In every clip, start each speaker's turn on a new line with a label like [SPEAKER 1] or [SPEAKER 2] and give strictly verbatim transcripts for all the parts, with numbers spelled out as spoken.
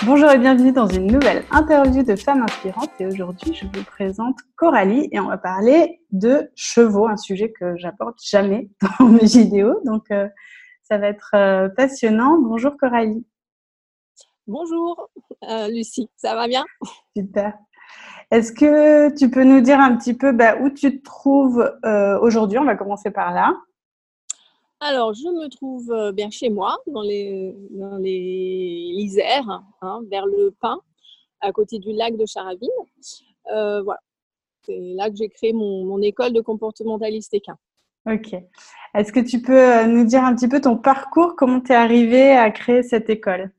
[SPEAKER 1] Bonjour et bienvenue dans une nouvelle interview de Femmes Inspirantes. Et aujourd'hui, je vous présente Coralie et on va parler de chevaux, un sujet que j'aborde jamais dans mes vidéos. Donc, euh, ça va être euh, passionnant. Bonjour Coralie.
[SPEAKER 2] Bonjour euh, Lucie, ça va bien?
[SPEAKER 1] Super. Est-ce que tu peux nous dire un petit peu bah, où tu te trouves euh, aujourd'hui? On va commencer par là.
[SPEAKER 2] Alors, je me trouve euh, bien chez moi, dans les, dans les l'Isère, hein, vers le Pin, à côté du lac de Charaville. Euh, voilà, c'est là que j'ai créé mon, mon école de comportementaliste équin.
[SPEAKER 1] Ok. Est-ce que tu peux euh, nous dire un petit peu ton parcours? Comment tu es arrivée à créer cette école?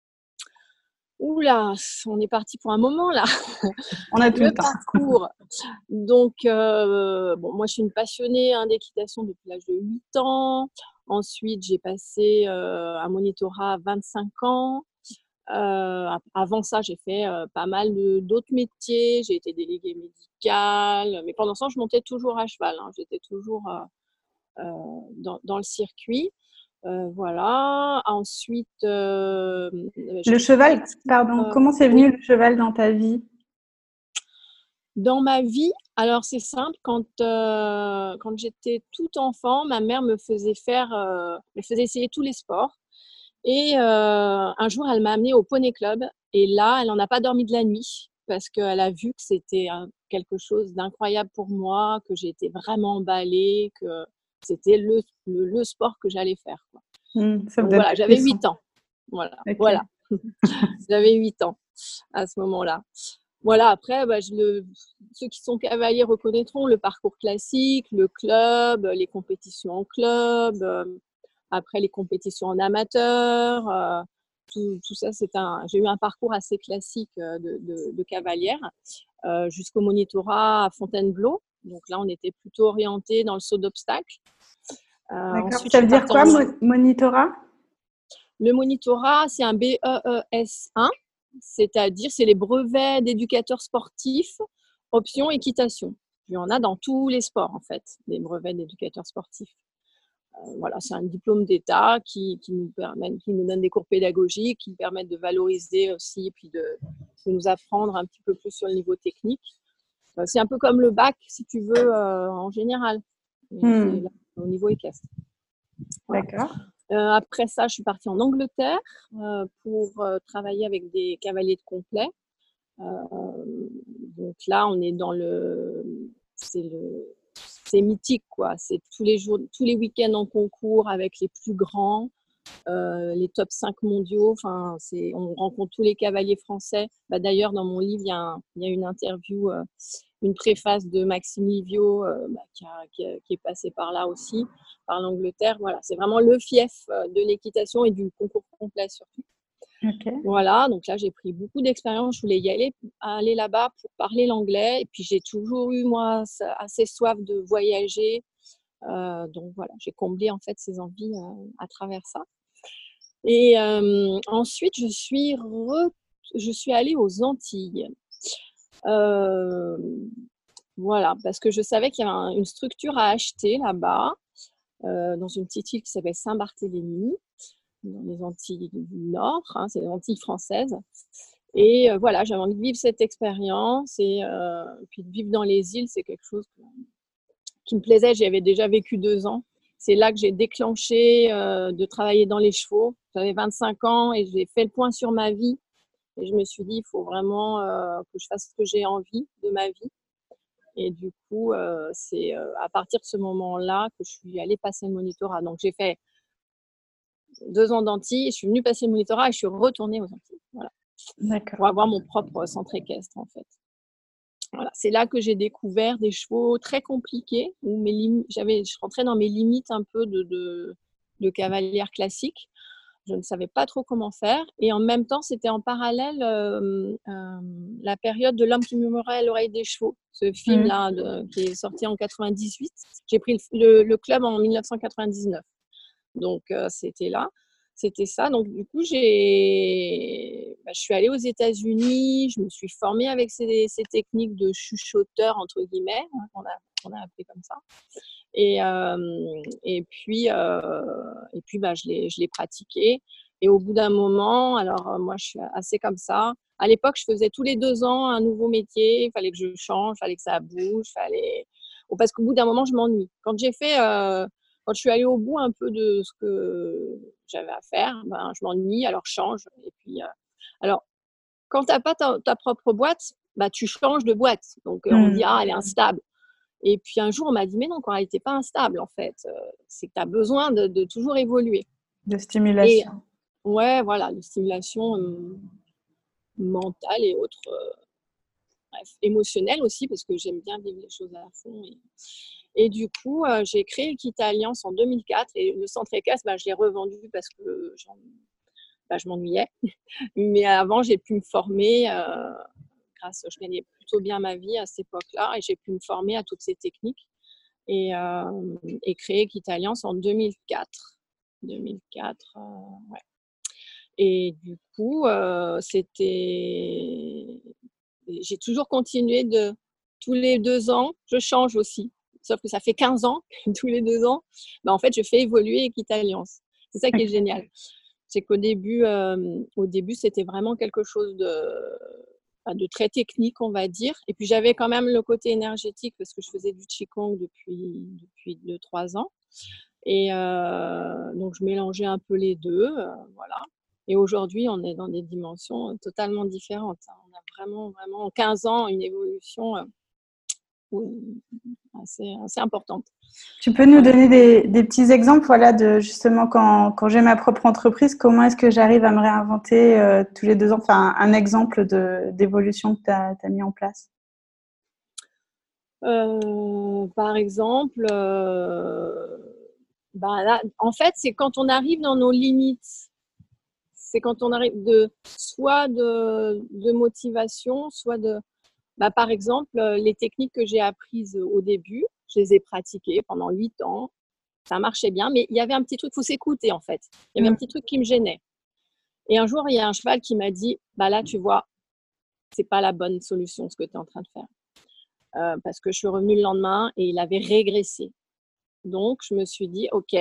[SPEAKER 2] Oula, on est parti pour un moment là.
[SPEAKER 1] On a tout
[SPEAKER 2] Le
[SPEAKER 1] le temps.
[SPEAKER 2] parcours. Donc, euh, bon, moi, je suis une passionnée hein, d'équitation depuis l'âge de huit ans. Ensuite, j'ai passé euh, un monitorat à vingt-cinq ans. Euh, avant ça, j'ai fait euh, pas mal de, d'autres métiers. J'ai été déléguée médicale. Mais pendant ce temps, je montais toujours à cheval. Hein. J'étais toujours euh, euh, dans, dans le circuit. Euh, voilà. Ensuite, euh, je
[SPEAKER 1] Le
[SPEAKER 2] suis
[SPEAKER 1] cheval,
[SPEAKER 2] partie.
[SPEAKER 1] pardon,
[SPEAKER 2] Euh,
[SPEAKER 1] comment c'est
[SPEAKER 2] oui.
[SPEAKER 1] venu le cheval dans ta vie?
[SPEAKER 2] Dans ma vie, alors c'est simple, quand, euh, quand j'étais tout enfant, ma mère me faisait faire, euh, me faisait essayer tous les sports. Et euh, un jour, elle m'a amenée au Poney Club. Et là, elle n'en a pas dormi de la nuit parce qu'elle a vu que c'était euh, quelque chose d'incroyable pour moi, que j'ai été vraiment emballée, que c'était le, le, le sport que j'allais faire, quoi.
[SPEAKER 1] Hmm, ça me
[SPEAKER 2] Donc
[SPEAKER 1] donne
[SPEAKER 2] voilà,
[SPEAKER 1] des
[SPEAKER 2] j'avais
[SPEAKER 1] frissons.
[SPEAKER 2] huit ans. Voilà,
[SPEAKER 1] Ok,
[SPEAKER 2] voilà. J'avais huit ans à ce moment-là. Voilà, après, bah, je le, ceux qui sont cavaliers reconnaîtront le parcours classique, le club, les compétitions en club, euh, après les compétitions en amateur. Euh, tout, tout ça, c'est un. J'ai eu un parcours assez classique euh, de, de, de cavalière euh, jusqu'au monitorat à Fontainebleau. Donc là, on était plutôt orienté dans le saut d'obstacle. Euh,
[SPEAKER 1] d'accord.
[SPEAKER 2] ensuite, je
[SPEAKER 1] Ça
[SPEAKER 2] suis
[SPEAKER 1] veut dire
[SPEAKER 2] partie
[SPEAKER 1] quoi,
[SPEAKER 2] en.
[SPEAKER 1] mo- monitorat?
[SPEAKER 2] Le monitorat, c'est un B E E S un, c'est-à-dire c'est les brevets d'éducateurs sportifs, option équitation. Il y en a dans tous les sports, en fait, des brevets d'éducateurs sportifs. Euh, voilà, c'est un diplôme d'État qui, qui, nous permet, qui nous donne des cours pédagogiques, qui nous permettent de valoriser aussi, et puis de, de nous apprendre un petit peu plus sur le niveau technique. Euh, c'est un peu comme le bac, si tu veux, euh, en général. Mais c'est
[SPEAKER 1] Hmm,
[SPEAKER 2] là, au niveau équestre. Voilà.
[SPEAKER 1] d'accord.
[SPEAKER 2] Euh, après ça, je suis partie en Angleterre euh, pour euh, travailler avec des cavaliers de complet. Euh, donc là, on est dans le, c'est le, c'est mythique quoi. C'est tous les jours, tous les week-ends en concours avec les plus grands, euh, les top cinq mondiaux. Enfin, c'est, on rencontre tous les cavaliers français. Bah, d'ailleurs, dans mon livre, il y a, un, il y a une interview, euh, une préface de Maxime Livio euh, bah, qui, a, qui, a, qui est passé par là aussi, par l'Angleterre. Voilà, c'est vraiment le fief de l'équitation et du concours complet surtout.
[SPEAKER 1] Ok.
[SPEAKER 2] Voilà, donc là, j'ai pris beaucoup d'expérience. Je voulais y aller, aller là-bas pour parler l'anglais. Et puis, j'ai toujours eu, moi, assez soif de voyager. Euh, donc, voilà, j'ai comblé, en fait, ces envies euh, à travers ça. Et euh, ensuite, je suis, re... je suis allée aux Antilles. Euh, voilà, parce que je savais qu'il y avait un, une structure à acheter là-bas, euh, dans une petite île qui s'appelle Saint-Barthélemy, dans les Antilles du Nord, hein, c'est les Antilles françaises. Et euh, voilà, j'avais envie de vivre cette expérience et euh, puis de vivre dans les îles, c'est quelque chose que, qui me plaisait. J'y avais déjà vécu deux ans. C'est là que j'ai déclenché euh, de travailler dans les chevaux. J'avais vingt-cinq ans et j'ai fait le point sur ma vie. Et je me suis dit, il faut vraiment euh, que je fasse ce que j'ai envie de ma vie. Et du coup, euh, c'est euh, à partir de ce moment-là que je suis allée passer le monitorat. Donc, j'ai fait deux ans d'Antilles, je suis venue passer le monitorat et je suis retournée aux Antilles. Voilà.
[SPEAKER 1] D'accord.
[SPEAKER 2] Pour avoir mon propre centre équestre, en fait. Voilà. C'est là que j'ai découvert des chevaux très compliqués, où mes lim... j'avais... je rentrais dans mes limites un peu de, de, de cavalière classique. Je ne savais pas trop comment faire. Et en même temps, c'était en parallèle euh, euh, la période de L'homme qui murmurait à l'oreille des chevaux, ce
[SPEAKER 1] Hmm,
[SPEAKER 2] film-là de, qui est sorti en quatre-vingt-dix-huit. J'ai pris le, le, le club en mille neuf cent quatre-vingt-dix-neuf. Donc, euh, c'était là. C'était ça. Donc, du coup, j'ai... Bah, je suis allée aux États-Unis. Je me suis formée avec ces, ces techniques de chuchoteur, entre guillemets, hein, qu'on a, qu'on a appelé comme ça. Et, euh, et puis, euh, et puis bah, je l'ai, je l'ai pratiqué. Et au bout d'un moment, alors euh, moi je suis assez comme ça. À l'époque, je faisais tous les deux ans un nouveau métier. Il fallait que je change, il fallait que ça bouge, fallait. Bon, parce qu'au bout d'un moment, je m'ennuie. Quand j'ai fait, euh, quand je suis allée au bout un peu de ce que j'avais à faire, ben, je m'ennuie, alors je change. Et puis, euh, alors, quand tu n'as pas ta, ta propre boîte, bah, tu changes de boîte. Donc, euh, on dit, ah, elle est
[SPEAKER 1] Mmh.
[SPEAKER 2] instable. Et puis un jour, on m'a dit, mais non, quand elle n'était pas instable, en fait, euh, c'est que tu as besoin de, de toujours évoluer.
[SPEAKER 1] De
[SPEAKER 2] Et
[SPEAKER 1] stimulation.
[SPEAKER 2] ouais, voilà, de stimulation euh, mentale et autres, euh, bref, émotionnelle aussi, parce que j'aime bien vivre les choses à fond. Et, et du coup, euh, j'ai créé le Kit Alliance en deux mille quatre et le centre Écasse, bah, je l'ai revendu parce que j'en, bah, je m'ennuyais. Mais avant, j'ai pu me former. Euh, grâce, je gagnais plutôt bien ma vie à cette époque-là et j'ai pu me former à toutes ces techniques et, euh, et créer Kit Alliance en deux mille quatre. deux mille quatre, euh, ouais. Et du coup, euh, c'était. J'ai toujours continué de. Tous les deux ans, je change aussi. Sauf que ça fait quinze ans, tous les deux ans, bah, en fait, je fais évoluer Kit Alliance. C'est ça qui est
[SPEAKER 1] Ok.
[SPEAKER 2] génial. C'est qu'au début, euh, au début, c'était vraiment quelque chose de, de très technique, on va dire. Et puis, j'avais quand même le côté énergétique parce que je faisais du Qigong depuis, depuis deux trois ans. Et euh, donc, je mélangeais un peu les deux. Euh, voilà. Et aujourd'hui, on est dans des dimensions totalement différentes. On a vraiment, vraiment, en quinze ans, une évolution euh, assez, assez importante.
[SPEAKER 1] Tu peux nous
[SPEAKER 2] Voilà.
[SPEAKER 1] donner des, des petits exemples, voilà, de justement quand, quand j'ai ma propre entreprise, comment est-ce que j'arrive à me réinventer euh, tous les deux ans, enfin un exemple de, d'évolution que tu as mis en place.
[SPEAKER 2] Euh, par exemple, euh, ben là, en fait, c'est quand on arrive dans nos limites. C'est quand on arrive de soit de, de motivation, soit de. Bah, par exemple, les techniques que j'ai apprises au début, je les ai pratiquées pendant huit ans. Ça marchait bien, mais il y avait un petit truc, il faut s'écouter en fait. Il y avait un petit truc qui me gênait. Et un jour, il y a un cheval qui m'a dit, bah là, tu vois, c'est pas la bonne solution ce que tu es en train de faire. Euh, parce que je suis revenue le lendemain et il avait régressé. Donc, je me suis dit, OK,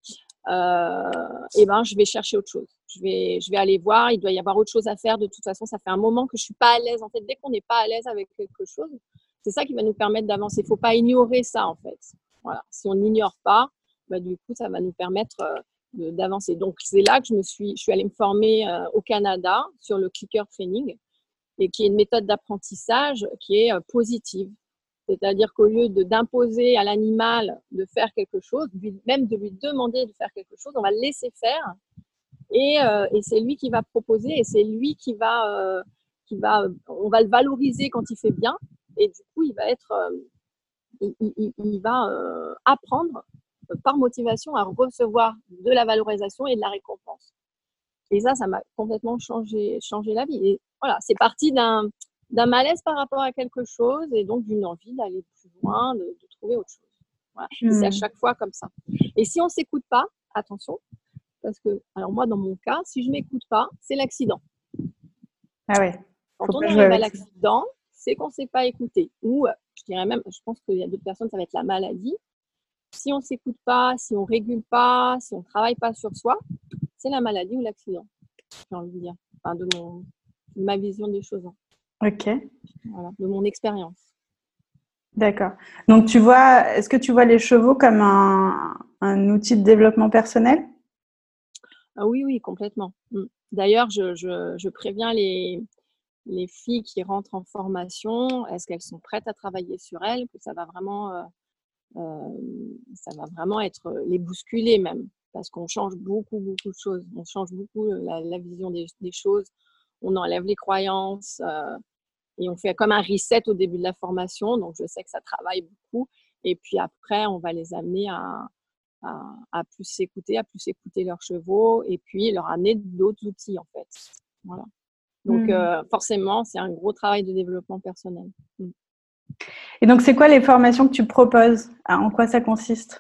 [SPEAKER 2] euh, eh ben, je vais chercher autre chose. Je vais, je vais aller voir, il doit y avoir autre chose à faire. De toute façon, ça fait un moment que je ne suis pas à l'aise. En fait, dès qu'on n'est pas à l'aise avec quelque chose, c'est ça qui va nous permettre d'avancer. Il ne faut pas ignorer ça, en fait. Voilà. Si on n'ignore pas, bah, du coup, ça va nous permettre euh, de, d'avancer. Donc, c'est là que je me suis, je suis allée me former euh, au Canada sur le clicker training, et qui est une méthode d'apprentissage qui est euh, positive. C'est-à-dire qu'au lieu de, d'imposer à l'animal de faire quelque chose, même de lui demander de faire quelque chose, on va le laisser faire et, euh, et c'est lui qui va proposer et c'est lui qui va, euh, qui va, on va le valoriser quand il fait bien et du coup il va être, euh, il, il, il, va euh, apprendre euh, par motivation à recevoir de la valorisation et de la récompense. Et ça, ça m'a complètement changé, changé la vie. Et voilà, c'est parti d'un, d'un malaise par rapport à quelque chose et donc d'une envie d'aller plus loin, de, de trouver autre chose. Voilà. Et c'est à
[SPEAKER 1] Mmh.
[SPEAKER 2] chaque fois comme ça. Et si on ne s'écoute pas, attention, parce que, alors moi, dans mon cas, si je ne m'écoute pas, c'est l'accident.
[SPEAKER 1] Ah ouais,
[SPEAKER 2] Quand
[SPEAKER 1] faut
[SPEAKER 2] on
[SPEAKER 1] pas jouer
[SPEAKER 2] arrive à
[SPEAKER 1] avec ça.
[SPEAKER 2] l'accident, c'est qu'on ne s'est pas écouté. Ou, je dirais même, je pense qu'il y a d'autres personnes, ça va être la maladie. Si on ne s'écoute pas, si on ne régule pas, si on ne travaille pas sur soi, c'est la maladie ou l'accident, j'ai envie de dire. Enfin, de, mon, de ma vision des choses.
[SPEAKER 1] Ok,
[SPEAKER 2] Voilà, de mon expérience.
[SPEAKER 1] d'accord. Donc tu vois, est-ce que tu vois les chevaux comme un, un outil de développement personnel?
[SPEAKER 2] Ah oui, oui, complètement. Mm. D'ailleurs, je, je, je préviens les, les filles qui rentrent en formation, est-ce qu'elles sont prêtes à travailler sur elles, que ça va vraiment, euh, euh, ça va vraiment être les bousculer même, parce qu'on change beaucoup, beaucoup de choses. On change beaucoup la, la vision des, des choses. On enlève les croyances euh, et on fait comme un reset au début de la formation. Donc, je sais que ça travaille beaucoup. Et puis après, on va les amener à, à, à plus s'écouter, à plus écouter leurs chevaux et puis leur amener d'autres outils en fait. Voilà. Donc
[SPEAKER 1] Mmh.
[SPEAKER 2] euh, forcément, c'est un gros travail de développement personnel. Mm.
[SPEAKER 1] Et donc c'est quoi les formations que tu proposes? En quoi ça consiste?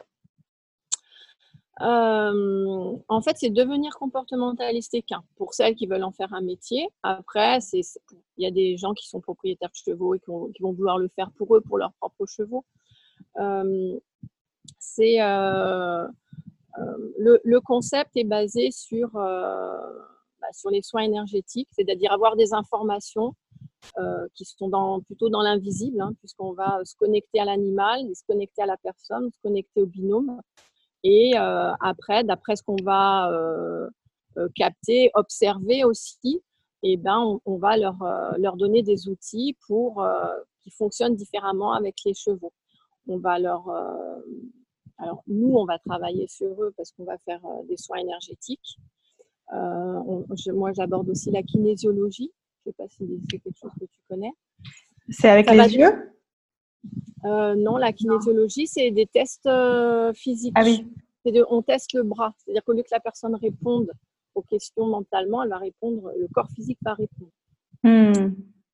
[SPEAKER 2] Euh, en fait, c'est devenir comportementaliste équin pour celles qui veulent en faire un métier. Après, c'est, c'est, il y a des gens qui sont propriétaires de chevaux et qui vont, qui vont vouloir le faire pour eux, pour leurs propres chevaux. Euh, c'est euh, Euh, le, le concept est basé sur, euh, bah, sur les soins énergétiques, c'est-à-dire avoir des informations euh, qui sont dans, plutôt dans l'invisible, hein, puisqu'on va se connecter à l'animal, se connecter à la personne, se connecter au binôme. Et euh, après, d'après ce qu'on va euh, euh, capter, observer aussi, eh ben, on, on va leur, euh, leur donner des outils pour, euh, qui fonctionnent différemment avec les chevaux. On va leur... Euh, alors, nous, on va travailler sur eux parce qu'on va faire euh, des soins énergétiques. Euh, on, je, moi, j'aborde aussi la kinésiologie. Je ne sais pas si c'est quelque chose que tu connais.
[SPEAKER 1] C'est avec
[SPEAKER 2] Ça
[SPEAKER 1] les
[SPEAKER 2] va...
[SPEAKER 1] yeux?
[SPEAKER 2] euh, Non, la kinésiologie, c'est des tests euh, physiques.
[SPEAKER 1] Ah oui.
[SPEAKER 2] C'est de, on teste le bras. C'est-à-dire qu'au lieu que la personne réponde aux questions mentalement, elle va répondre, le corps physique va répondre.
[SPEAKER 1] Hmm.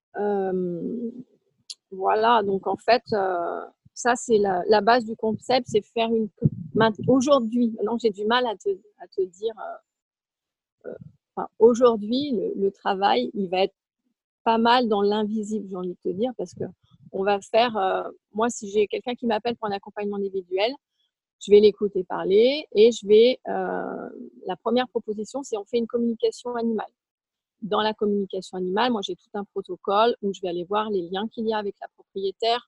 [SPEAKER 2] Euh, voilà, donc en fait, euh, ça c'est la, la base du concept, c'est faire une... Aujourd'hui, maintenant j'ai du mal à te, à te dire, euh, euh, enfin, aujourd'hui, le, le travail, il va être pas mal dans l'invisible, j'ai envie de te dire, parce que on va faire, euh, moi si j'ai quelqu'un qui m'appelle pour un accompagnement individuel, je vais l'écouter parler et je vais, euh, la première proposition, c'est on fait une communication animale. Dans la communication animale, moi j'ai tout un protocole où je vais aller voir les liens qu'il y a avec la propriétaire,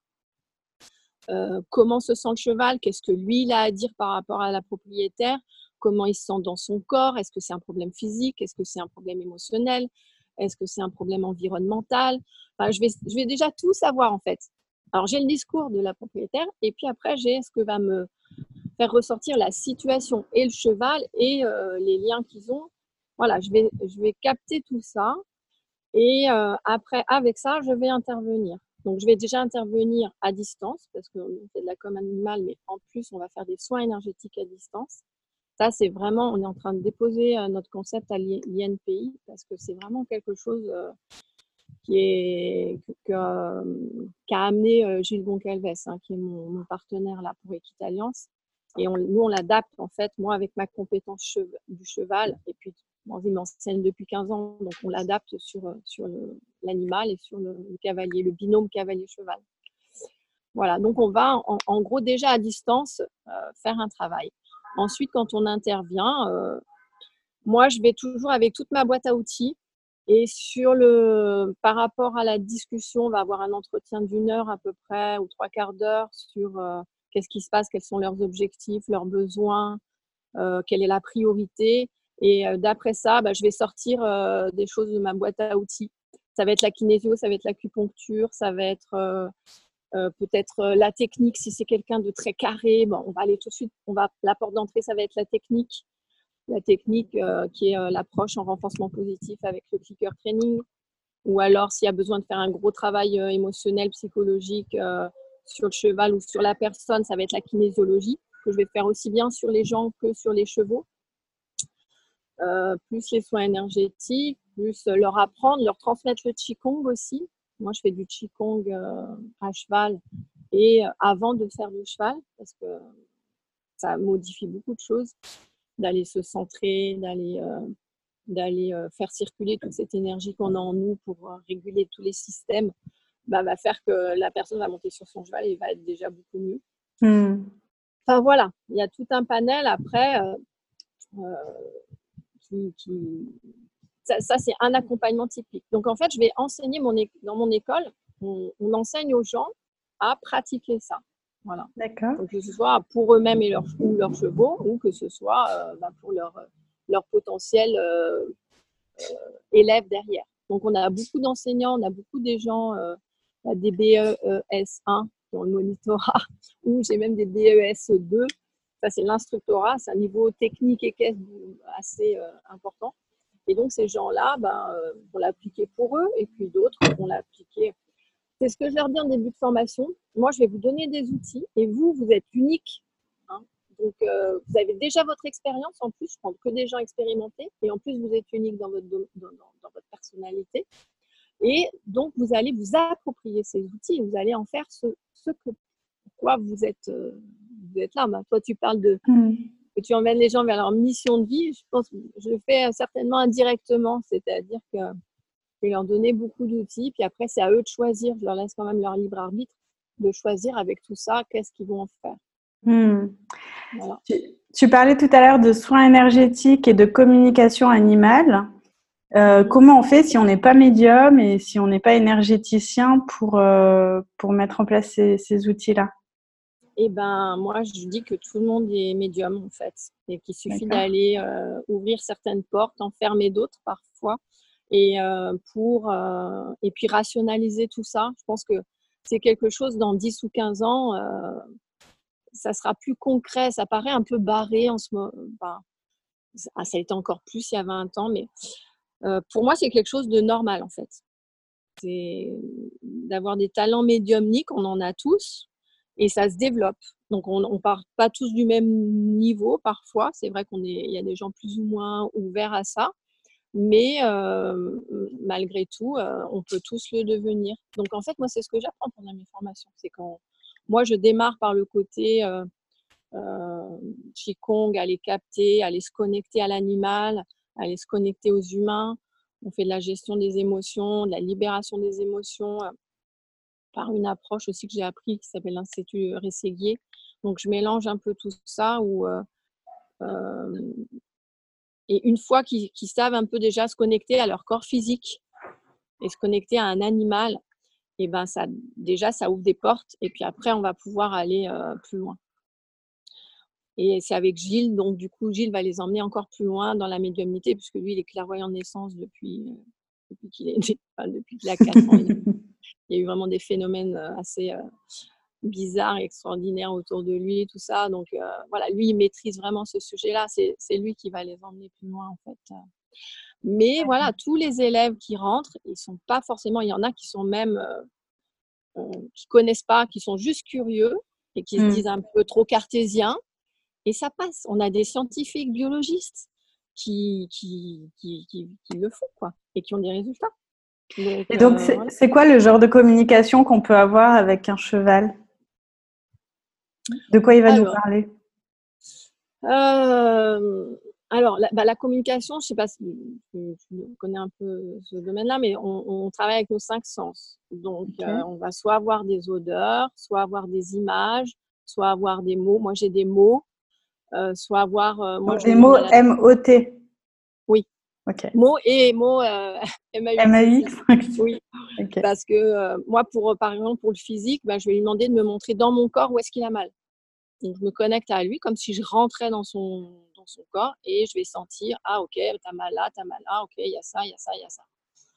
[SPEAKER 2] euh, comment se sent le cheval, qu'est-ce que lui il a à dire par rapport à la propriétaire, comment il se sent dans son corps, est-ce que c'est un problème physique, est-ce que c'est un problème émotionnel, est-ce que c'est un problème environnemental. Enfin, je vais, je vais déjà tout savoir en fait. Alors j'ai le discours de la propriétaire et puis après j'ai ce que va me faire ressortir la situation et le cheval et euh, les liens qu'ils ont. Voilà, je vais, je vais capter tout ça et euh, après, avec ça, je vais intervenir. Donc, je vais déjà intervenir à distance parce qu'on fait de la com animale, mais en plus, on va faire des soins énergétiques à distance. Ça, c'est vraiment, on est en train de déposer euh, notre concept à l'I N P I parce que c'est vraiment quelque chose euh, qui est que, euh, qu'a amené euh, Gilles Goncalves, hein, qui est mon, mon partenaire là pour Equitalliance. Et on, nous, on l'adapte en fait, moi avec ma compétence cheve, du cheval, et puis bon, il m'enseigne depuis quinze ans, donc on l'adapte sur, sur le, l'animal et sur le, le cavalier, le binôme cavalier-cheval. Voilà, donc on va en, en gros déjà à distance euh, faire un travail. Ensuite, quand on intervient, euh, moi je vais toujours avec toute ma boîte à outils. Et sur le, par rapport à la discussion, on va avoir un entretien d'une heure à peu près ou trois quarts d'heure sur euh, qu'est-ce qui se passe, quels sont leurs objectifs, leurs besoins, euh, quelle est la priorité. Et euh, d'après ça, bah, je vais sortir euh, des choses de ma boîte à outils. Ça va être la kinésio, ça va être l'acupuncture, ça va être euh, euh, peut-être euh, la technique si c'est quelqu'un de très carré. Bon, on va aller tout de suite, on va, la porte d'entrée, ça va être la technique la technique euh, qui est euh, l'approche en renforcement positif avec le clicker training, ou alors s'il y a besoin de faire un gros travail euh, émotionnel, psychologique euh, sur le cheval ou sur la personne, ça va être la kinésiologie, que je vais faire aussi bien sur les gens que sur les chevaux, euh, plus les soins énergétiques, plus leur apprendre, leur transmettre le Qigong aussi. Moi, je fais du Qigong euh, à cheval et euh, avant de faire du cheval, parce que ça modifie beaucoup de choses, d'aller se centrer, d'aller, euh, d'aller euh, faire circuler toute cette énergie qu'on a en nous pour euh, réguler tous les systèmes, bah, va faire que la personne va monter sur son cheval et va être déjà beaucoup mieux.
[SPEAKER 1] Mm.
[SPEAKER 2] Enfin voilà, il y a tout un panel après euh, euh, qui... qui... Ça, ça, c'est un accompagnement typique. Donc en fait, je vais enseigner mon é... dans mon école, on, on enseigne aux gens à pratiquer ça. Voilà.
[SPEAKER 1] D'accord.
[SPEAKER 2] Donc, que ce soit pour eux-mêmes et leurs, ou leurs chevaux, ou que ce soit euh, bah, pour leur, leur potentiel euh, euh, élèves derrière. Donc, on a beaucoup d'enseignants, on a beaucoup des gens, euh, des B E S un qui ont le monitorat, ou j'ai même des B E S deux. Ça, c'est l'instructorat, c'est un niveau technique et caisse assez euh, important. Et donc, ces gens-là, ben, euh, on l'a appliqué pour eux, et puis d'autres, on l'a appliqué. C'est ce que je leur dis en début de formation. Moi, je vais vous donner des outils et vous, vous êtes unique. Hein. Donc, euh, vous avez déjà votre expérience. En plus, je prends que des gens expérimentés. Et en plus, vous êtes unique dans votre, dans, dans, dans votre personnalité. Et donc, vous allez vous approprier ces outils et vous allez en faire ce, ce que, pourquoi vous êtes, euh, vous êtes là. Ben, toi, tu parles de
[SPEAKER 1] Mm.
[SPEAKER 2] que tu emmènes les gens vers leur mission de vie. Je pense que je le fais certainement indirectement. C'est-à-dire que je vais leur donner beaucoup d'outils, puis après, c'est à eux de choisir. Je leur laisse quand même leur libre arbitre de choisir avec tout ça, qu'est-ce qu'ils vont en faire.
[SPEAKER 1] Mm.
[SPEAKER 2] Voilà.
[SPEAKER 1] Tu, Tu parlais tout à l'heure de soins énergétiques et de communication animale. Euh, comment on fait si on n'est pas médium et si on n'est pas énergéticien pour, euh, pour mettre en place ces, ces outils-là?
[SPEAKER 2] Eh ben, moi, je dis que tout le monde est médium, en fait, et qu'il suffit
[SPEAKER 1] D'accord.
[SPEAKER 2] d'aller euh, ouvrir certaines portes, en fermer d'autres parfois, et euh, pour euh, et puis rationaliser tout ça. Je pense que c'est quelque chose dans dix ou quinze ans, euh, ça sera plus concret. Ça paraît un peu barré en ce moment. Enfin, ça a été encore plus il y a vingt ans, mais euh, pour moi, c'est quelque chose de normal, en fait. C'est d'avoir des talents médiumniques, on en a tous, et ça se développe. Donc, on ne part pas tous du même niveau parfois. C'est vrai qu'il y a des gens plus ou moins ouverts à ça, mais euh, malgré tout, euh, on peut tous le devenir. Donc, en fait, moi, c'est ce que j'apprends pendant mes formations. C'est quand moi, je démarre par le côté euh, euh, Qigong, aller capter, aller se connecter à l'animal, aller se connecter aux humains. On fait de la gestion des émotions, de la libération des émotions euh, par une approche aussi que j'ai appris qui s'appelle l'Institut Rességuier. Donc, je mélange un peu tout ça où, euh, euh, et une fois qu'ils, qu'ils savent un peu déjà se connecter à leur corps physique et se connecter à un animal, et ben ça, déjà, ça ouvre des portes et puis après, on va pouvoir aller euh, plus loin. Et c'est avec Gilles, donc du coup, Gilles va les emmener encore plus loin dans la médiumnité, puisque lui, il est clairvoyant de naissance depuis, euh, depuis qu'il est né, enfin, depuis qu'il a quatre ans. Il, il y a eu vraiment des phénomènes assez euh, bizarres et extraordinaires autour de lui, tout ça. Donc euh, voilà, lui, il maîtrise vraiment ce sujet-là. C'est, c'est lui qui va les emmener plus loin, en fait. Mais voilà, tous les élèves qui rentrent, ils sont pas forcément, il y en a qui sont même, euh, euh, qui connaissent pas, qui sont juste curieux et qui se
[SPEAKER 1] Mm.
[SPEAKER 2] disent un peu trop cartésiens. Et ça passe. On a des scientifiques biologistes qui, qui, qui, qui, qui le font, quoi, et qui ont des résultats. Donc,
[SPEAKER 1] Et donc,
[SPEAKER 2] euh,
[SPEAKER 1] c'est,
[SPEAKER 2] voilà.
[SPEAKER 1] c'est quoi le genre de communication qu'on peut avoir avec un cheval? De quoi il va nous
[SPEAKER 2] Alors,
[SPEAKER 1] parler?
[SPEAKER 2] euh, alors la, bah, la communication, je ne sais pas si tu, tu connais un peu ce domaine-là, mais on, on travaille avec nos cinq sens. Donc,
[SPEAKER 1] Ok.
[SPEAKER 2] euh, on va soit avoir des odeurs, soit avoir des images, soit avoir des mots. Moi, j'ai des mots. Euh, soit avoir, euh, moi,
[SPEAKER 1] Donc,
[SPEAKER 2] je
[SPEAKER 1] des
[SPEAKER 2] lis
[SPEAKER 1] mots
[SPEAKER 2] dans la...
[SPEAKER 1] M O T.
[SPEAKER 2] Oui,
[SPEAKER 1] Ok.
[SPEAKER 2] mots et mots euh, M A U X aussi.
[SPEAKER 1] M A X.
[SPEAKER 2] Oui,
[SPEAKER 1] Ok.
[SPEAKER 2] parce que euh, moi, pour, par exemple, pour le physique, bah, je vais lui demander de me montrer dans mon corps où est-ce qu'il a mal. Donc, je me connecte à lui comme si je rentrais dans son, dans son corps et je vais sentir, ah, ok, t'as mal là, t'as mal là, ok, il y a ça, il y a ça, il y a ça.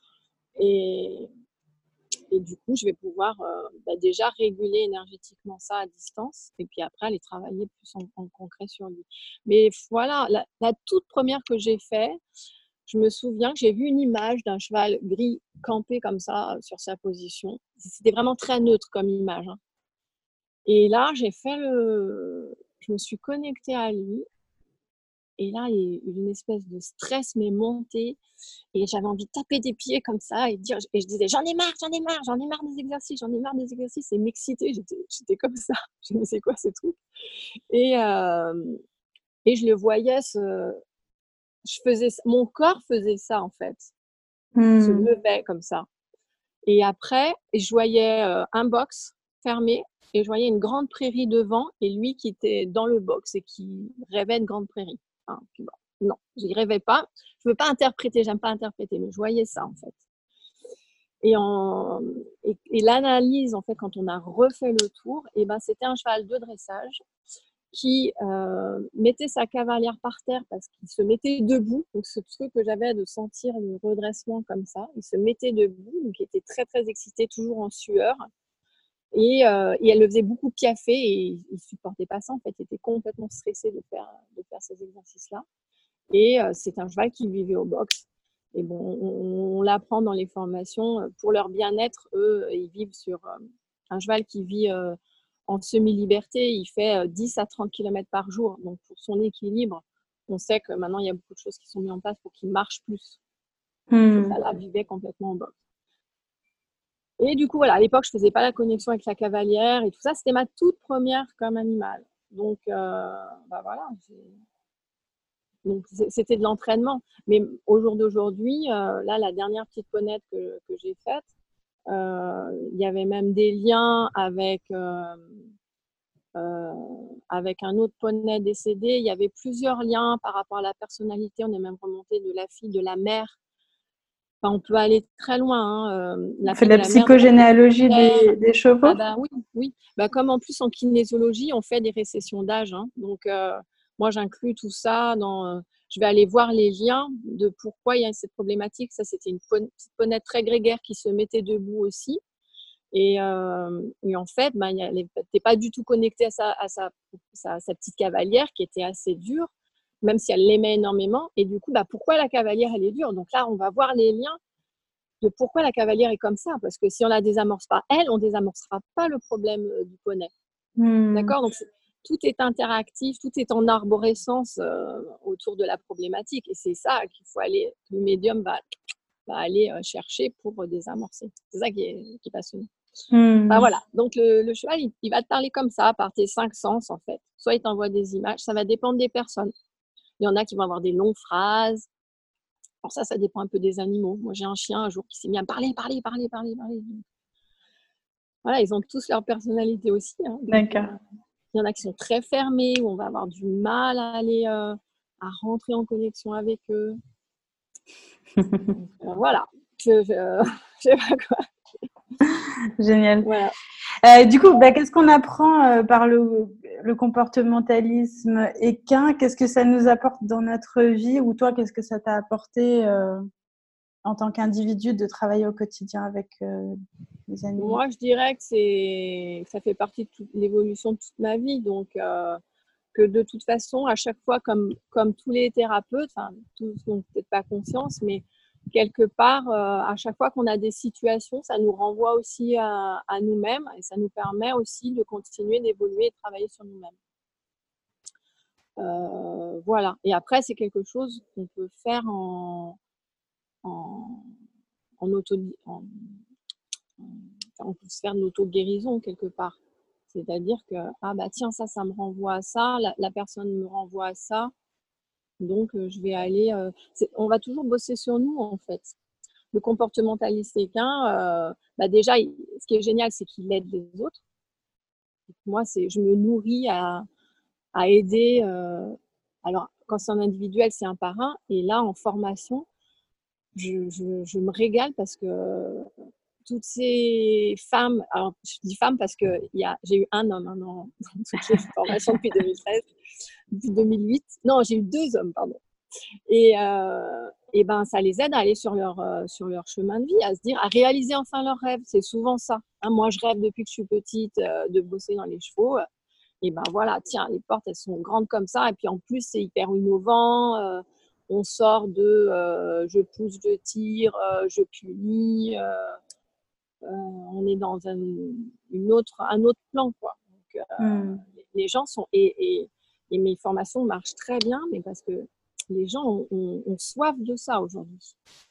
[SPEAKER 2] Et, et du coup, je vais pouvoir euh, bah, déjà réguler énergétiquement ça à distance et puis après aller travailler plus en, en concret sur lui. Mais voilà, la, la toute première que j'ai fait, je me souviens que j'ai vu une image d'un cheval gris campé comme ça euh, sur sa position. C'était vraiment très neutre comme image. Hein. Et là, j'ai fait le... Je me suis connectée à lui. Et là, une espèce de stress m'est montée. Et j'avais envie de taper des pieds comme ça et dire, et je disais, j'en ai marre, j'en ai marre, j'en ai marre des exercices, j'en ai marre des exercices. Et m'exciter, j'étais, j'étais comme ça. Je me disais, c'est quoi ce truc? Et, euh, et je le voyais, ce... je faisais... mon corps faisait ça en fait. Se
[SPEAKER 1] Mm.
[SPEAKER 2] levait comme ça. Et après, je voyais euh, un box fermé et je voyais une grande prairie devant et lui qui était dans le box et qui rêvait de grande prairie. Enfin, puis bon, non, je n'y rêvais pas. Je ne veux pas interpréter, j'aime pas interpréter, mais je voyais ça en fait. Et, en, et, et l'analyse, en fait, quand on a refait le tour, et ben, c'était un cheval de dressage qui euh, mettait sa cavalière par terre parce qu'il se mettait debout. Donc, ce truc que j'avais de sentir le redressement comme ça, il se mettait debout, donc il était très, très excité, toujours en sueur. Et, euh, et elle le faisait beaucoup piaffer et il ne supportait pas ça. En fait, il était complètement stressé de faire, de faire ces exercices-là. Et euh, c'est un cheval qui vivait au box. Et bon, on, on l'apprend dans les formations. Pour leur bien-être, eux, ils vivent sur euh, un cheval qui vit euh, en semi-liberté. Il fait euh, dix à trente kilomètres par jour. Donc, pour son équilibre, on sait que maintenant, il y a beaucoup de choses qui sont mises en place pour qu'il marche plus.
[SPEAKER 1] Mm.
[SPEAKER 2] Ça la vivait complètement au box. Et du coup, voilà, à l'époque, je ne faisais pas la connexion avec la cavalière et tout ça. C'était ma toute première comme animal. Donc, euh, bah voilà, donc c'était de l'entraînement. Mais au jour d'aujourd'hui, euh, là, la dernière petite ponette que, que j'ai faite, euh, il y avait même des liens avec, euh, euh, avec un autre poney décédé. Il y avait plusieurs liens par rapport à la personnalité. On est même remonté de la fille, de la mère. Enfin, on peut aller très loin. Hein. Euh, la
[SPEAKER 1] On fait
[SPEAKER 2] fille
[SPEAKER 1] de
[SPEAKER 2] de
[SPEAKER 1] la
[SPEAKER 2] la mère.
[SPEAKER 1] psychogénéalogie des, des chevaux.
[SPEAKER 2] Ah bah oui, oui. Bah, comme en plus en kinésiologie, on fait des récessions d'âge. Hein. Donc, euh, moi, j'inclus tout ça dans. Euh, je vais aller voir les liens de pourquoi il y a cette problématique. Ça, c'était une pon- petite ponette très grégaire qui se mettait debout aussi. Et, euh, et en fait, bah, elle n'était pas du tout connectée à, sa, à sa, sa, sa petite cavalière qui était assez dure, même si elle l'aimait énormément. Et du coup, bah, pourquoi la cavalière, elle est dure? Donc là, on va voir les liens de pourquoi la cavalière est comme ça. Parce que si on la désamorce pas, elle, on désamorcera pas le problème euh, du poney.
[SPEAKER 1] Hmm.
[SPEAKER 2] D'accord? Donc, tout est interactif, tout est en arborescence euh, autour de la problématique. Et c'est ça qu'il faut aller, que le médium va, va aller euh, chercher pour euh, désamorcer. C'est ça qui est, qui est passionnant.
[SPEAKER 1] Hmm.
[SPEAKER 2] Enfin, voilà. Donc, le, le cheval, il, il va te parler comme ça, par tes cinq sens, en fait. Soit il t'envoie des images, ça va dépendre des personnes. Il y en a qui vont avoir des longues phrases. Alors ça, ça dépend un peu des animaux. Moi, j'ai un chien un jour qui s'est mis à me parler, parler, parler, parler, parler. Voilà, ils ont tous leur personnalité aussi. Hein. Donc,
[SPEAKER 1] D'accord.
[SPEAKER 2] euh, il y en a qui sont très fermés, où on va avoir du mal à aller, euh, à rentrer en connexion avec eux. Donc, euh, voilà. Je, je, je sais pas quoi.
[SPEAKER 1] Génial.
[SPEAKER 2] Voilà.
[SPEAKER 1] Euh, du coup, bah, qu'est-ce qu'on apprend euh, par le, le comportementalisme équin? Qu'est-ce que ça nous apporte dans notre vie? Ou toi, qu'est-ce que ça t'a apporté euh, en tant qu'individu de travailler au quotidien avec euh, les animaux?
[SPEAKER 2] Moi, je dirais que c'est, ça fait partie de toute l'évolution de toute ma vie. Donc, euh, que de toute façon, à chaque fois, comme, comme tous les thérapeutes, enfin, tous n'ont peut-être pas conscience, mais quelque part, euh, à chaque fois qu'on a des situations, ça nous renvoie aussi à, à nous-mêmes et ça nous permet aussi de continuer d'évoluer et de travailler sur nous-mêmes. Euh, voilà. Et après, c'est quelque chose qu'on peut faire en, en, en auto... En, on peut se faire de l'auto-guérison quelque part. C'est-à-dire que, ah bah tiens, ça, ça me renvoie à ça, la, la personne me renvoie à ça, donc euh, je vais aller... Euh, on va toujours bosser sur nous, en fait. Le comportementaliste équin, euh, bah déjà, il, ce qui est génial, c'est qu'il aide les autres. Moi, c'est, je me nourris à, à aider... Euh, alors, quand c'est en individuel, c'est un par un, et là, en formation, je, je, je me régale parce que toutes ces femmes, alors je dis femmes parce que y a, j'ai eu un homme hein, dans, dans toutes les formations depuis deux mille treize, depuis deux mille huit. Non, j'ai eu deux hommes, pardon. Et, euh, et ben, ça les aide à aller sur leur, euh, sur leur chemin de vie, à se dire, à réaliser enfin leurs rêves. C'est souvent ça. Hein, moi, je rêve depuis que je suis petite euh, de bosser dans les chevaux. Et ben voilà, tiens, les portes, elles sont grandes comme ça. Et puis en plus, c'est hyper innovant. Euh, on sort de euh, je pousse, je tire, euh, je punis. Euh, euh, on est dans un, une autre, un autre plan, quoi. Donc, euh,
[SPEAKER 1] Hmm.
[SPEAKER 2] les gens sont... Et, et, et mes formations marchent très bien, mais parce que les gens ont, ont, ont soif de ça aujourd'hui.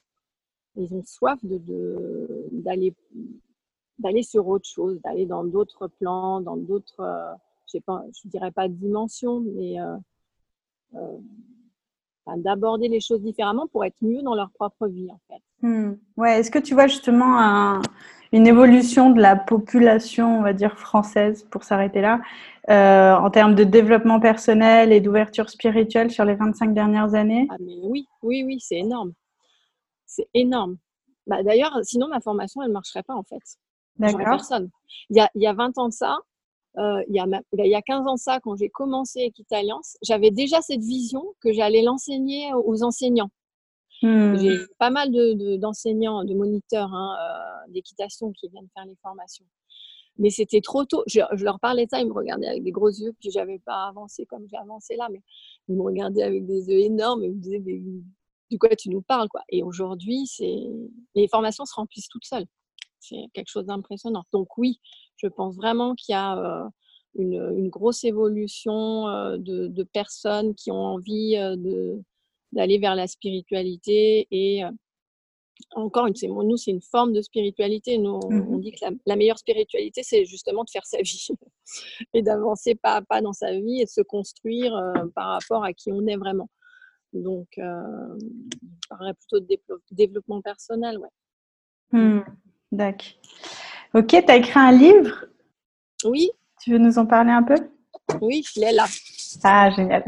[SPEAKER 2] Ils ont soif de, de, d'aller, d'aller sur autre chose, d'aller dans d'autres plans, dans d'autres... Euh, je ne dirais pas dimensions, mais euh, euh, enfin, d'aborder les choses différemment pour être mieux dans leur propre vie, en fait.
[SPEAKER 1] Hmm. Ouais, est-ce que tu vois justement un, une évolution de la population, on va dire française, pour s'arrêter là, euh, en termes de développement personnel et d'ouverture spirituelle sur les vingt-cinq dernières années?
[SPEAKER 2] Ah, mais oui, oui, oui, c'est énorme. C'est énorme. Bah, d'ailleurs, sinon, ma formation, elle ne marcherait pas, en fait. J'aurais
[SPEAKER 1] D'accord.
[SPEAKER 2] personne. Il y a, il y a vingt ans de ça, euh, il, y a, il y a quinze ans de ça, quand j'ai commencé Equitalliance, j'avais déjà cette vision que j'allais l'enseigner aux enseignants.
[SPEAKER 1] Hmm.
[SPEAKER 2] J'ai pas mal de, de, d'enseignants, de moniteurs hein, euh, d'équitation qui viennent faire les formations. Mais c'était trop tôt. Je, je leur parlais de ça, ils me regardaient avec des gros yeux, puis j'avais pas avancé comme j'ai avancé là, mais ils me regardaient avec des yeux énormes et ils me disaient, mais, du quoi tu nous parles, quoi. Et aujourd'hui, c'est... les formations se remplissent toutes seules. C'est quelque chose d'impressionnant. Donc oui, je pense vraiment qu'il y a euh, une, une grosse évolution euh, de, de personnes qui ont envie euh, de, d'aller vers la spiritualité et euh, encore une, c'est, nous, c'est une forme de spiritualité. Nous, on,
[SPEAKER 1] Mhm.
[SPEAKER 2] on dit que la, la meilleure spiritualité, c'est justement de faire sa vie et d'avancer pas à pas dans sa vie et de se construire euh, par rapport à qui on est vraiment. Donc, euh, je parlerais plutôt de dévelop- développement personnel, ouais.
[SPEAKER 1] Hmm. D'accord. Ok, tu as écrit un livre.
[SPEAKER 2] Oui,
[SPEAKER 1] Tu veux nous en parler un peu?
[SPEAKER 2] Oui, je l'ai là.
[SPEAKER 1] Ah, génial.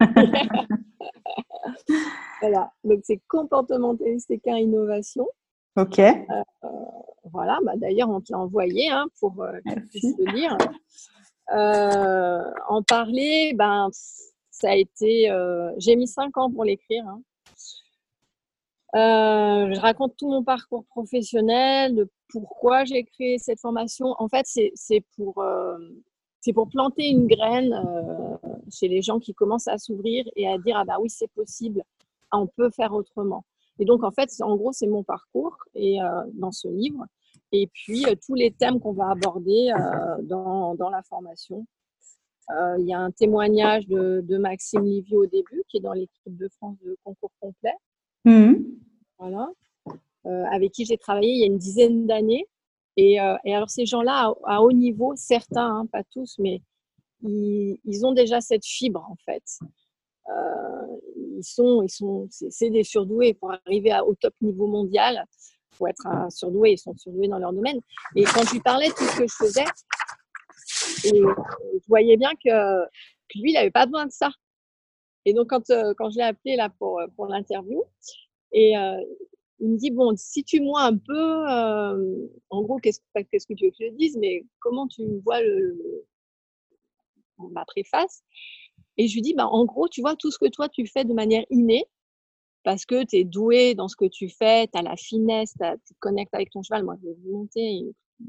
[SPEAKER 2] Voilà, donc c'est comportementaliste équin innovation.
[SPEAKER 1] Ok.
[SPEAKER 2] Euh, euh, voilà, bah, d'ailleurs, on te l'a envoyé hein, pour euh, que tu puisses le lire. Euh, en parler, ben, ça a été. Euh, j'ai mis cinq ans pour l'écrire. Hein. Euh, je raconte tout mon parcours professionnel, de pourquoi j'ai créé cette formation. En fait, c'est, c'est pour. Euh, c'est pour planter une graine euh, chez les gens qui commencent à s'ouvrir et à dire ah bah oui c'est possible, ah, on peut faire autrement. Et donc en fait en gros c'est mon parcours et euh, dans ce livre et puis euh, tous les thèmes qu'on va aborder euh, dans, dans la formation. Euh, il y a un témoignage de, de Maxime Livio au début qui est dans l'équipe de France de concours complet,
[SPEAKER 1] mmh.
[SPEAKER 2] voilà, euh, avec qui j'ai travaillé il y a une dizaine d'années. Et, euh, et alors ces gens-là à, à haut niveau, certains, hein, pas tous, mais ils, ils ont déjà cette fibre en fait. Euh, ils sont, ils sont, c'est, c'est des surdoués pour arriver à, au top niveau mondial. Il faut être un surdoué, ils sont surdoués dans leur domaine. Et quand je lui parlais de tout ce que je faisais, et je voyais bien que, que lui, il n'avait pas besoin de ça. Et donc quand, euh, quand je l'ai appelé là pour, pour l'interview, et euh, il me dit bon, situe-moi un peu, euh, en gros, qu'est-ce, qu'est-ce que tu veux que je dise, mais comment tu vois le, le ma préface. Et je lui dis, bah, en gros, tu vois, tout ce que toi, tu fais de manière innée, parce que tu es doué dans ce que tu fais, tu as la finesse, tu te connectes avec ton cheval. Moi, je vais vous monter.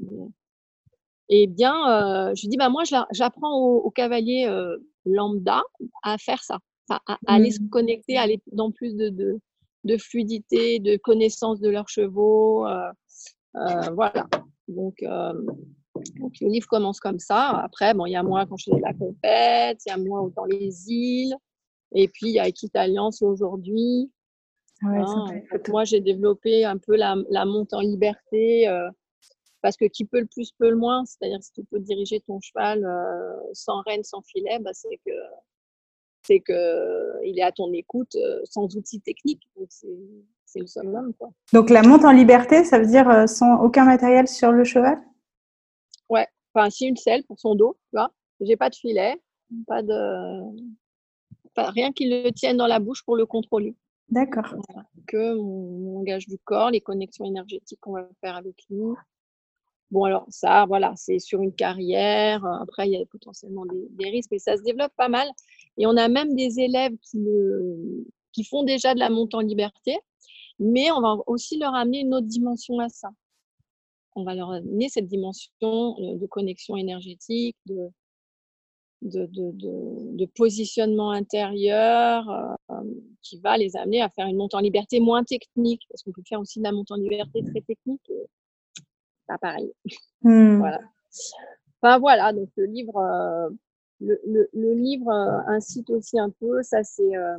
[SPEAKER 2] Et, et bien, euh, je lui dis, bah, moi, j'apprends aux, aux cavaliers euh, lambda à faire ça, à, à, à aller se connecter, à aller dans plus de, de, de fluidité, de connaissance de leurs chevaux. Euh, euh, voilà. Donc, euh, donc, le livre commence comme ça. Après, bon, il y a moi quand je faisais de la compète, il y a moi dans les îles, et puis il y a Equitalliance aujourd'hui.
[SPEAKER 1] Ouais,
[SPEAKER 2] hein. Donc, moi, j'ai développé un peu la, la montée en liberté, euh, parce que qui peut le plus peut le moins. C'est-à-dire si tu peux diriger ton cheval euh, sans renne, sans filet, bah, c'est que c'est que il est à ton écoute euh, sans outils techniques. Donc c'est, c'est le summum, quoi.
[SPEAKER 1] Donc la monte en liberté, ça veut dire euh, sans aucun matériel sur le cheval?
[SPEAKER 2] Ouais, enfin si une selle pour son dos, tu vois. J'ai pas de filet, pas de, enfin, rien qui le tienne dans la bouche pour le contrôler.
[SPEAKER 1] D'accord.
[SPEAKER 2] Voilà. Que mon langage du corps, les connexions énergétiques qu'on va faire avec lui. Bon alors ça, voilà, c'est sur une carrière. Après il y a potentiellement des, des risques, mais ça se développe pas mal. Et on a même des élèves qui, le, qui font déjà de la montée en liberté, mais on va aussi leur amener une autre dimension à ça. On va leur amener cette dimension de connexion énergétique, de, de, de, de, de positionnement intérieur euh, qui va les amener à faire une montée en liberté moins technique, parce qu'on peut faire aussi de la montée en liberté très technique, et pas pareil.
[SPEAKER 1] Mmh.
[SPEAKER 2] Voilà. Enfin voilà, donc le livre, euh, le, le, le livre euh, incite aussi un peu, ça c'est euh,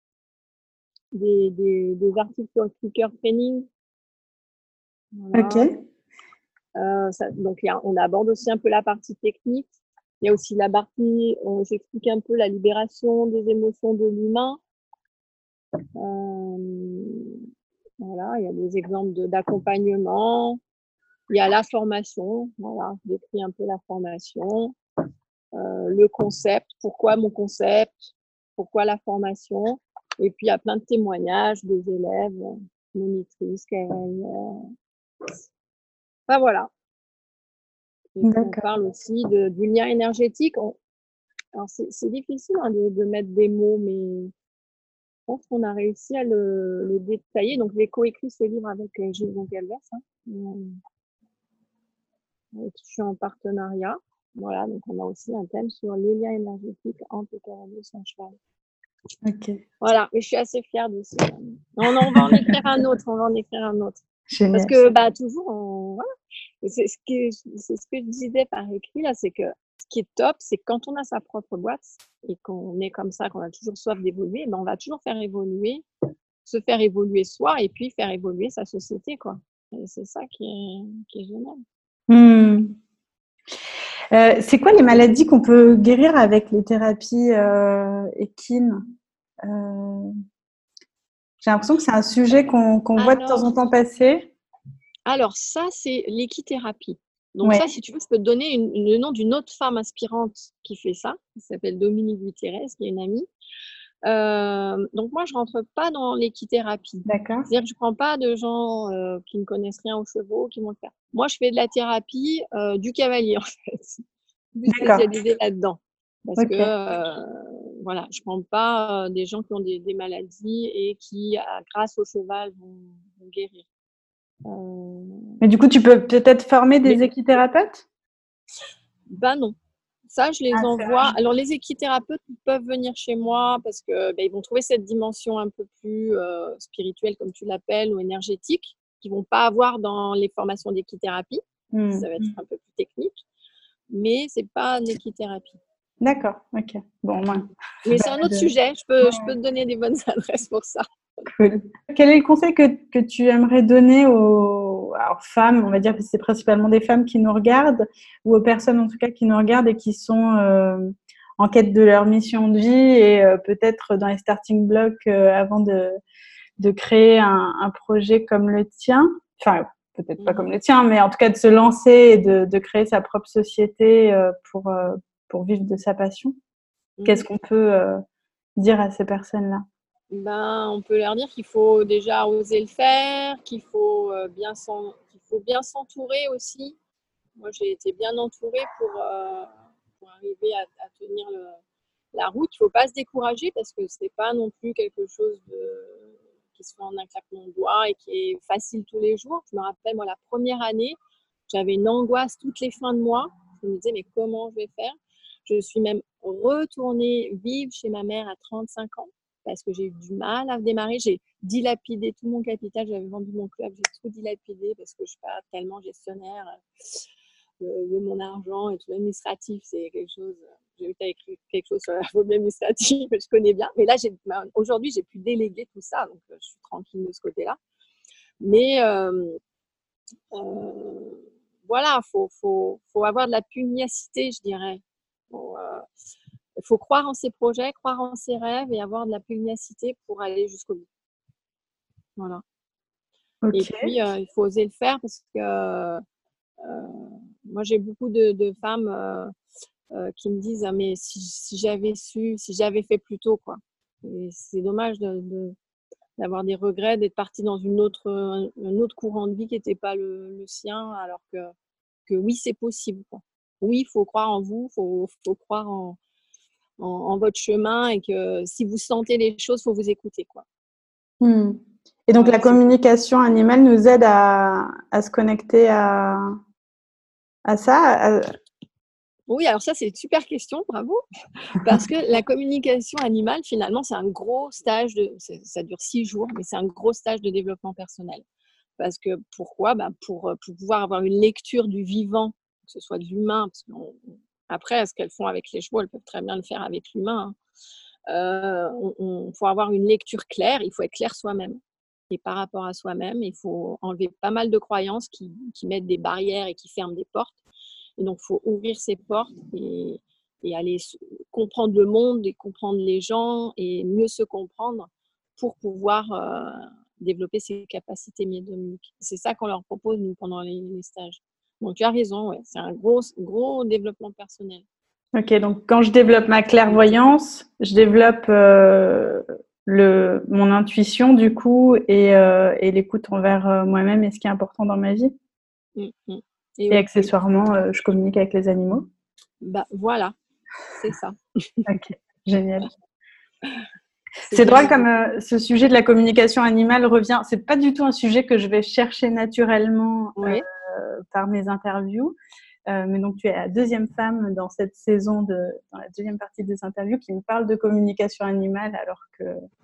[SPEAKER 2] des, des, des articles sur le clicker training. Voilà.
[SPEAKER 1] Ok.
[SPEAKER 2] Euh, ça, donc y a, on aborde aussi un peu la partie technique. Il y a aussi la partie, on j'explique un peu la libération des émotions de l'humain. Euh, voilà, il y a des exemples de, d'accompagnement. Il y a la formation. Voilà, je décris un peu la formation. Euh, le concept, pourquoi mon concept, pourquoi la formation. Et puis, il y a plein de témoignages des élèves, monitrices, cavalières. Enfin, voilà. Et puis, on parle aussi de, du lien énergétique. On, alors, c'est, c'est difficile hein, de, de mettre des mots, mais je pense qu'on a réussi à le, le détailler. Donc, j'ai coécrit ce livre avec euh, Gilles Goncalves, hein, avec qui je suis en partenariat. Voilà, donc on a aussi un thème sur les liens énergétiques entre le cavalier et son cheval.
[SPEAKER 1] Ok.
[SPEAKER 2] Voilà, mais je suis assez fière de ça. On, on va en écrire un autre, on va en écrire un autre.
[SPEAKER 1] Génial.
[SPEAKER 2] Parce que, bah, toujours, on, voilà. C'est ce que, c'est ce que je disais par écrit, là, c'est que ce qui est top, c'est que quand on a sa propre boîte et qu'on est comme ça, qu'on a toujours soif d'évoluer, ben, on va toujours faire évoluer, se faire évoluer soi et puis faire évoluer sa société, quoi. Et c'est ça qui est, qui est génial.
[SPEAKER 1] Mmh. Euh, c'est quoi les maladies qu'on peut guérir avec les thérapies euh, équines? euh, J'ai l'impression que c'est un sujet qu'on, qu'on voit de temps en temps passer.
[SPEAKER 2] Alors, ça, c'est l'équithérapie. Donc
[SPEAKER 1] Ouais.
[SPEAKER 2] ça, si tu veux, je peux te donner une, le nom d'une autre femme inspirante qui fait ça. Elle s'appelle Dominique Gutierrez, qui est une amie. Euh, donc moi, je rentre pas dans l'équithérapie.
[SPEAKER 1] D'accord.
[SPEAKER 2] C'est-à-dire que je prends pas de gens euh, qui ne connaissent rien aux chevaux, qui vont le faire. Moi, je fais de la thérapie euh, du cavalier, en fait. Je suis plus
[SPEAKER 1] D'accord.
[SPEAKER 2] spécialisée là-dedans. Parce que,
[SPEAKER 1] Ok.
[SPEAKER 2] euh, voilà, je prends pas euh, des gens qui ont des, des maladies et qui, à- grâce au cheval, vont, vont guérir. Euh,
[SPEAKER 1] Mais du coup, tu peux peut-être former
[SPEAKER 2] mais
[SPEAKER 1] des équithérapeutes?
[SPEAKER 2] ben non. Ça, je les
[SPEAKER 1] Ah, c'est
[SPEAKER 2] envoie.
[SPEAKER 1] vrai.
[SPEAKER 2] Alors, les équithérapeutes peuvent venir chez moi parce que ben, ils vont trouver cette dimension un peu plus euh, spirituelle, comme tu l'appelles, ou énergétique, qu'ils vont pas avoir dans les formations d'équithérapie.
[SPEAKER 1] Hmm.
[SPEAKER 2] Ça va être un peu plus technique, mais c'est pas une équithérapie.
[SPEAKER 1] D'accord. Ok. Bon, moi, ça
[SPEAKER 2] Mais c'est un
[SPEAKER 1] permet
[SPEAKER 2] autre
[SPEAKER 1] de.
[SPEAKER 2] sujet. Je peux, je
[SPEAKER 1] Ouais,
[SPEAKER 2] peux te donner des bonnes adresses pour ça.
[SPEAKER 1] cool. Quel est le conseil que, que tu aimerais donner aux alors, femmes, on va dire que c'est principalement des femmes qui nous regardent, ou aux personnes en tout cas qui nous regardent et qui sont euh, en quête de leur mission de vie et euh, peut-être dans les starting blocks euh, avant de, de créer un, un projet comme le tien, enfin peut-être pas comme
[SPEAKER 2] Mhm.
[SPEAKER 1] le tien, mais en tout cas de se lancer et de, de créer sa propre société euh, pour, euh, pour vivre de sa passion. Qu'est-ce
[SPEAKER 2] Mhm.
[SPEAKER 1] qu'on peut euh, dire à ces personnes-là?
[SPEAKER 2] Ben, on peut leur dire qu'il faut déjà oser le faire, qu'il faut euh, bien s'en- qu'il faut bien s'entourer aussi. Moi, j'ai été bien entourée pour, euh, pour arriver à, à tenir le, la route. Il ne faut pas se décourager parce que ce n'est pas non plus quelque chose de, qui se fait en un claquement de doigts et qui est facile tous les jours. Je me rappelle, moi, la première année, j'avais une angoisse toutes les fins de mois. Je me disais, mais comment je vais faire? Je suis même retournée vivre chez ma mère à trente-cinq ans parce que j'ai eu du mal à démarrer. J'ai dilapidé tout mon capital. J'avais vendu mon club. J'ai tout dilapidé parce que je ne suis pas tellement gestionnaire de, de mon argent et tout l'administratif. C'est quelque chose. J'ai vu que tu as écrit quelque chose sur la phobie administrative que je connais bien. Mais là, j'ai, aujourd'hui, j'ai pu déléguer tout ça. Donc, je suis tranquille de ce côté-là. Mais euh, euh, voilà, il faut, faut, faut avoir de la pugnacité, je dirais. Il faut, euh, faut croire en ses projets, croire en ses rêves et avoir de la pugnacité pour aller jusqu'au bout. Voilà. Et
[SPEAKER 1] Ok.
[SPEAKER 2] puis, euh, il faut oser le faire parce que euh, moi, j'ai beaucoup de, de femmes euh, euh, qui me disent ah, mais si, si j'avais su, si j'avais fait plus tôt, quoi. Et c'est dommage de, de, d'avoir des regrets, d'être partie dans une autre, un, un autre courant de vie qui n'était pas le, le sien, alors que, que oui, c'est possible, quoi. Oui, il faut croire en vous, il faut, faut croire en, en, en votre chemin et que si vous sentez les choses, il faut vous écouter, quoi.
[SPEAKER 1] Hmm. Et donc la
[SPEAKER 2] Voilà, c'est
[SPEAKER 1] communication animale nous aide à, à se connecter à, à ça. à-
[SPEAKER 2] Oui, alors ça, c'est une super question, bravo. Parce que la communication animale, finalement, c'est un gros stage de, ça dure six jours, mais c'est un gros stage de développement personnel. Parce que pourquoi? Ben pour, pour pouvoir avoir une lecture du vivant, que ce soit de l'humain, parce qu'on, après, ce qu'elles font avec les chevaux, elles peuvent très bien le faire avec l'humain. Il hein. euh, faut avoir une lecture claire, il faut être clair soi-même. Et par rapport à soi-même, il faut enlever pas mal de croyances qui, qui mettent des barrières et qui ferment des portes. Et donc, il faut ouvrir ces portes et, et aller comprendre le monde et comprendre les gens et mieux se comprendre pour pouvoir euh, développer ses capacités médiumniques. C'est ça qu'on leur propose, nous, pendant les, les stages. Donc, tu as raison, ouais, c'est un gros, gros développement personnel.
[SPEAKER 1] Ok, donc quand je développe ma clairvoyance, je développe euh, le, mon intuition du coup et, euh, et l'écoute envers euh, moi-même et ce qui est important dans ma vie.
[SPEAKER 2] Mmh, mmh. Et
[SPEAKER 1] Et
[SPEAKER 2] oui,
[SPEAKER 1] accessoirement, euh, je communique avec les animaux.
[SPEAKER 2] bah, voilà, c'est ça.
[SPEAKER 1] Ok, génial.
[SPEAKER 2] C'est
[SPEAKER 1] C'est
[SPEAKER 2] bien
[SPEAKER 1] drôle comme
[SPEAKER 2] résumé.
[SPEAKER 1] euh, ce sujet de la communication animale revient. C'est pas du tout un sujet que je vais chercher naturellement euh,
[SPEAKER 2] Oui,
[SPEAKER 1] par mes interviews. Euh, mais donc, tu es la deuxième femme dans cette saison, de, dans la deuxième partie des interviews, qui me parle de communication animale, alors que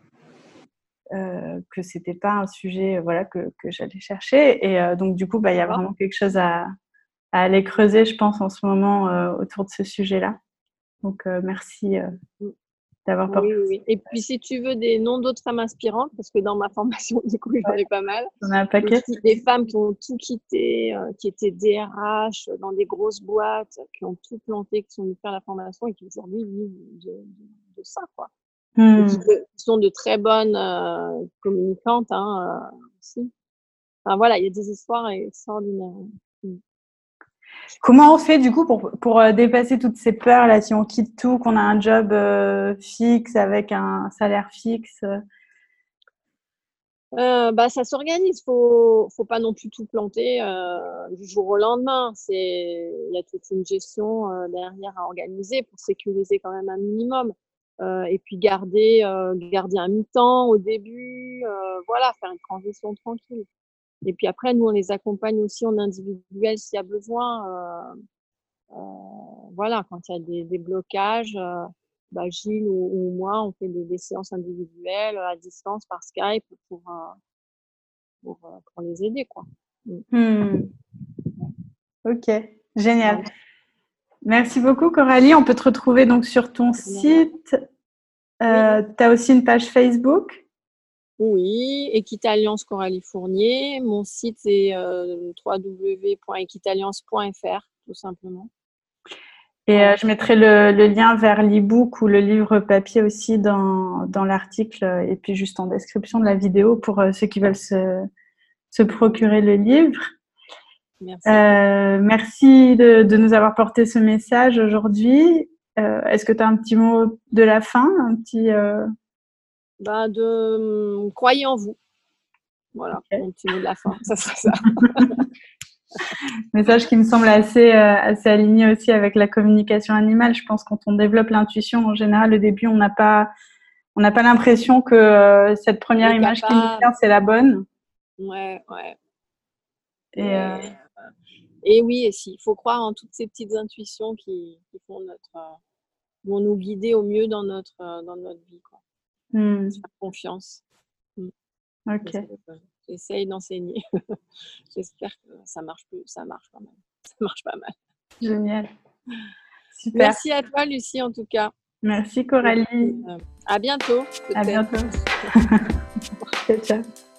[SPEAKER 1] euh, que c'était pas un sujet, voilà, que, que j'allais chercher. Et euh, donc, du coup, bah, il y a
[SPEAKER 2] d'accord.
[SPEAKER 1] vraiment quelque chose à, à aller creuser, je pense, en ce moment euh, autour de ce sujet-là. Donc, euh, merci euh,
[SPEAKER 2] Mmh.
[SPEAKER 1] d'avoir
[SPEAKER 2] Oui,
[SPEAKER 1] porté
[SPEAKER 2] oui,
[SPEAKER 1] ce
[SPEAKER 2] oui. Et puis, si tu veux des noms d'autres femmes inspirantes, parce que dans ma formation, du coup, j'en
[SPEAKER 1] ouais,
[SPEAKER 2] ai pas mal,
[SPEAKER 1] on a un
[SPEAKER 2] des,
[SPEAKER 1] paquet.
[SPEAKER 2] des femmes qui ont tout quitté, euh, qui étaient D R H dans des grosses boîtes, qui ont tout planté, qui sont venues faire la formation et qui aujourd'hui vivent de, de, de ça, quoi. Et qui,
[SPEAKER 1] Hmm.
[SPEAKER 2] qui sont de très bonnes euh, communicantes hein, euh, aussi. Enfin, voilà, il y a des histoires extraordinaires. Mm.
[SPEAKER 1] Comment on fait du coup pour, pour euh, dépasser toutes ces peurs là, si on quitte tout, qu'on a un job euh, fixe avec un salaire fixe?
[SPEAKER 2] Euh, bah, ça s'organise, faut, faut pas non plus tout planter euh, du jour au lendemain. C'est, il y a toute une gestion euh, derrière à organiser pour sécuriser quand même un minimum. Euh, et puis garder, euh, garder un mi-temps au début, euh, voilà, faire une transition tranquille. Et puis après, nous, on les accompagne aussi en individuel s'il y a besoin. Euh, euh, voilà, quand il y a des, des blocages, euh, bah, Gilles ou, ou moi, on fait des, des séances individuelles à distance par Skype pour, euh, pour, euh, pour les aider, quoi.
[SPEAKER 1] Hmm. Ok, génial.
[SPEAKER 2] Voilà.
[SPEAKER 1] Merci beaucoup Coralie. On peut te retrouver donc sur ton site. Euh,
[SPEAKER 2] Oui.
[SPEAKER 1] tu as aussi une page Facebook?
[SPEAKER 2] Oui, Equitalliance Coralie Fournier. Mon site est euh, w w w point equitalliance point f r, tout simplement.
[SPEAKER 1] Et
[SPEAKER 2] Voilà.
[SPEAKER 1] euh, je mettrai le, le lien vers l'e-book ou le livre papier aussi dans, dans l'article et puis juste en description de la vidéo pour euh, ceux qui veulent se, se procurer le livre.
[SPEAKER 2] Merci.
[SPEAKER 1] Euh, merci de, de nous avoir porté ce message aujourd'hui. Euh, est-ce que tu as un petit mot de la fin, un petit euh...
[SPEAKER 2] Bah, de hum, croyez en vous. Voilà, okay. Mon petit mot de la fin, ça serait ça.
[SPEAKER 1] Message qui me semble assez, euh, assez aligné aussi avec la communication animale. Je pense que quand on développe l'intuition, en général, au début, on n'a pas, on n'a pas l'impression que euh, cette première image qui nous vient, c'est la bonne.
[SPEAKER 2] Ouais, ouais.
[SPEAKER 1] Et,
[SPEAKER 2] et,
[SPEAKER 1] euh...
[SPEAKER 2] et oui, et si, il faut croire en toutes ces petites intuitions qui, qui font notre, euh, vont nous guider au mieux dans notre, euh, dans notre vie, quoi.
[SPEAKER 1] Hmm.
[SPEAKER 2] Faire confiance. Hmm.
[SPEAKER 1] Ok.
[SPEAKER 2] J'essaye d'enseigner. J'espère que ça marche plus, ça marche quand même. Ça marche pas mal.
[SPEAKER 1] Génial. Super.
[SPEAKER 2] Merci à toi, Lucie, en tout cas.
[SPEAKER 1] Merci, Coralie.
[SPEAKER 2] Et, euh, à bientôt.
[SPEAKER 1] À bientôt. Ciao, ciao.